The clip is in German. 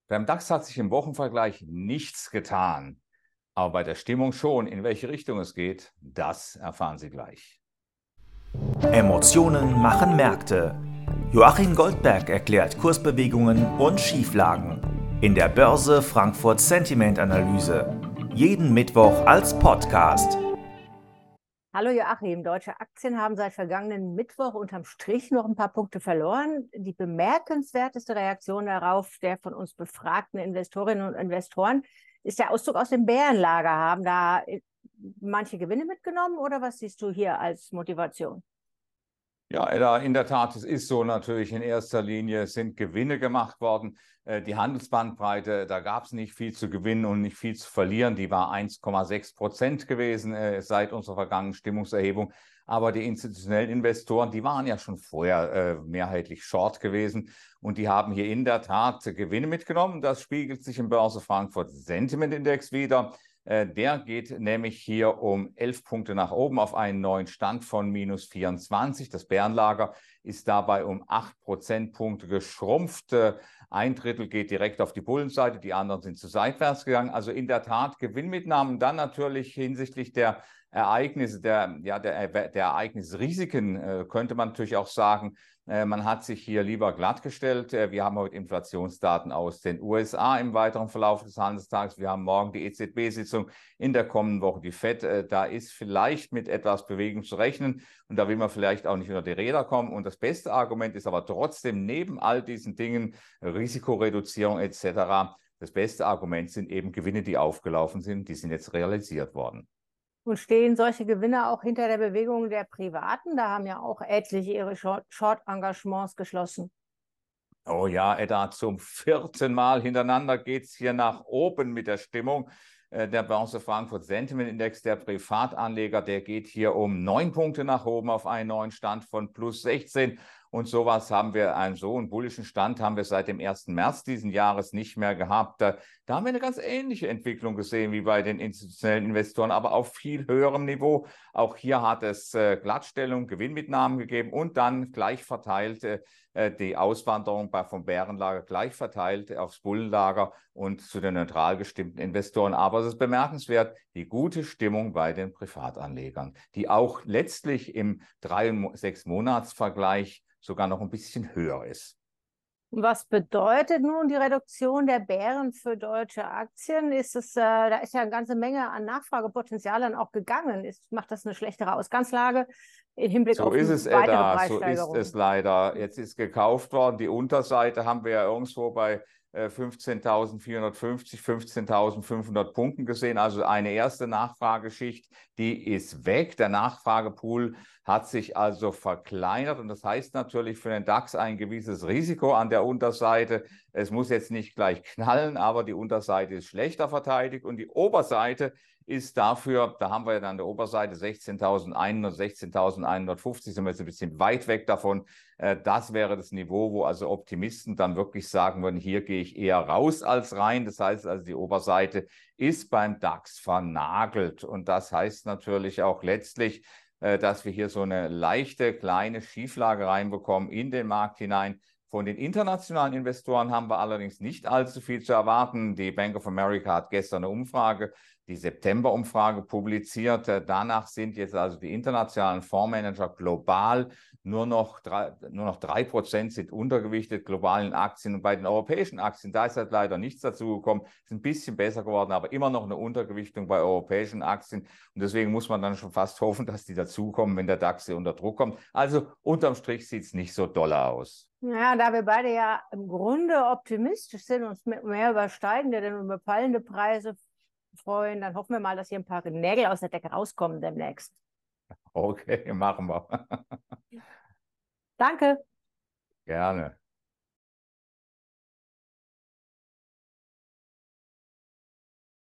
Beim DAX hat sich im Wochenvergleich nichts getan, aber bei der Stimmung schon. In welche Richtung es geht, das erfahren Sie gleich. Emotionen machen Märkte. Joachim Goldberg erklärt Kursbewegungen und Schieflagen in der Börse Frankfurt Sentiment Analyse. Jeden Mittwoch als Podcast. Hallo Joachim, deutsche Aktien haben seit vergangenen Mittwoch unterm Strich noch ein paar Punkte verloren. Die bemerkenswerteste Reaktion darauf der von uns befragten Investorinnen und Investoren ist der Auszug aus dem Bärenlager. Haben da manche Gewinne mitgenommen oder was siehst du hier als Motivation? Ja, Edda, in der Tat, es ist so natürlich, in erster Linie sind Gewinne gemacht worden. Die Handelsbandbreite, da gab es nicht viel zu gewinnen und nicht viel zu verlieren. Die war 1,6% gewesen seit unserer vergangenen Stimmungserhebung. Aber die institutionellen Investoren, die waren ja schon vorher mehrheitlich short gewesen und die haben hier in der Tat Gewinne mitgenommen. Das spiegelt sich im Börse Frankfurt Sentiment Index wider. Der geht nämlich hier um 11 Punkte nach oben auf einen neuen Stand von minus 24. Das Bärenlager ist dabei um 8 Prozentpunkte geschrumpft. Ein Drittel geht direkt auf die Bullenseite, die anderen sind zu seitwärts gegangen. Also in der Tat Gewinnmitnahmen, dann natürlich hinsichtlich der Ereignisse, der Ereignisrisiken könnte man natürlich auch sagen, man hat sich hier lieber glattgestellt. Wir haben heute Inflationsdaten aus den USA im weiteren Verlauf des Handelstages. Wir haben morgen die EZB-Sitzung, in der kommenden Woche die FED. Da ist vielleicht mit etwas Bewegung zu rechnen und da will man vielleicht auch nicht unter die Räder kommen. Und das beste Argument ist aber trotzdem neben all diesen Dingen, Risikoreduzierung etc., das beste Argument sind eben Gewinne, die aufgelaufen sind. Die sind jetzt realisiert worden. Und stehen solche Gewinne auch hinter der Bewegung der Privaten? Da haben ja auch etliche ihre Short-Engagements geschlossen. Oh ja, Edda, zum 4. Mal hintereinander geht es hier nach oben mit der Stimmung. Der Börse Frankfurt Sentiment Index der Privatanleger, der geht hier um 9 Punkte nach oben auf einen neuen Stand von plus 16. Und sowas haben wir, so einen bullischen Stand haben wir seit dem 1. März diesen Jahres nicht mehr gehabt. Da haben wir eine ganz ähnliche Entwicklung gesehen wie bei den institutionellen Investoren, aber auf viel höherem Niveau. Auch hier hat es Glattstellung, Gewinnmitnahmen gegeben und dann gleich verteilt die Auswanderung vom Bärenlager gleich verteilt aufs Bullenlager und zu den neutral gestimmten Investoren. Aber es ist bemerkenswert, die gute Stimmung bei den Privatanlegern, die auch letztlich im 3- und 6-Monats-Vergleich sogar noch ein bisschen höher ist. Was bedeutet nun die Reduktion der Bären für deutsche Aktien? Da ist ja eine ganze Menge an Nachfragepotenzial dann auch gegangen. Macht das eine schlechtere Ausgangslage im Hinblick auf weitere Preissteigerungen? So ist es leider. Jetzt ist gekauft worden. Die Unterseite haben wir ja irgendwo bei 15.450, 15.500 Punkten gesehen. Also eine erste Nachfrageschicht, die ist weg. Der Nachfragepool hat sich also verkleinert. Und das heißt natürlich für den DAX ein gewisses Risiko an der Unterseite. Es muss jetzt nicht gleich knallen, aber die Unterseite ist schlechter verteidigt. Und die Oberseite ist dafür, da haben wir ja dann an der Oberseite 16.100, 16.150, sind wir jetzt ein bisschen weit weg davon. Das wäre das Niveau, wo also Optimisten dann wirklich sagen würden, hier gehe ich eher raus als rein. Das heißt also, die Oberseite ist beim DAX vernagelt. Und das heißt natürlich auch letztlich, dass wir hier so eine leichte, kleine Schieflage reinbekommen in den Markt hinein. Von den internationalen Investoren haben wir allerdings nicht allzu viel zu erwarten. Die Bank of America hat gestern eine Umfrage, die September-Umfrage publiziert. Danach sind jetzt also die internationalen Fondsmanager global nur noch 3% sind untergewichtet, globalen Aktien. Und bei den europäischen Aktien, da ist halt leider nichts dazu gekommen. Ist ein bisschen besser geworden, aber immer noch eine Untergewichtung bei europäischen Aktien. Und deswegen muss man dann schon fast hoffen, dass die dazukommen, wenn der DAX hier unter Druck kommt. Also unterm Strich sieht es nicht so doll aus. Ja, da wir beide ja im Grunde optimistisch sind und uns mehr über steigende denn über fallende Preise freuen, dann hoffen wir mal, dass hier ein paar Nägel aus der Decke rauskommen demnächst. Okay, machen wir. Danke. Gerne.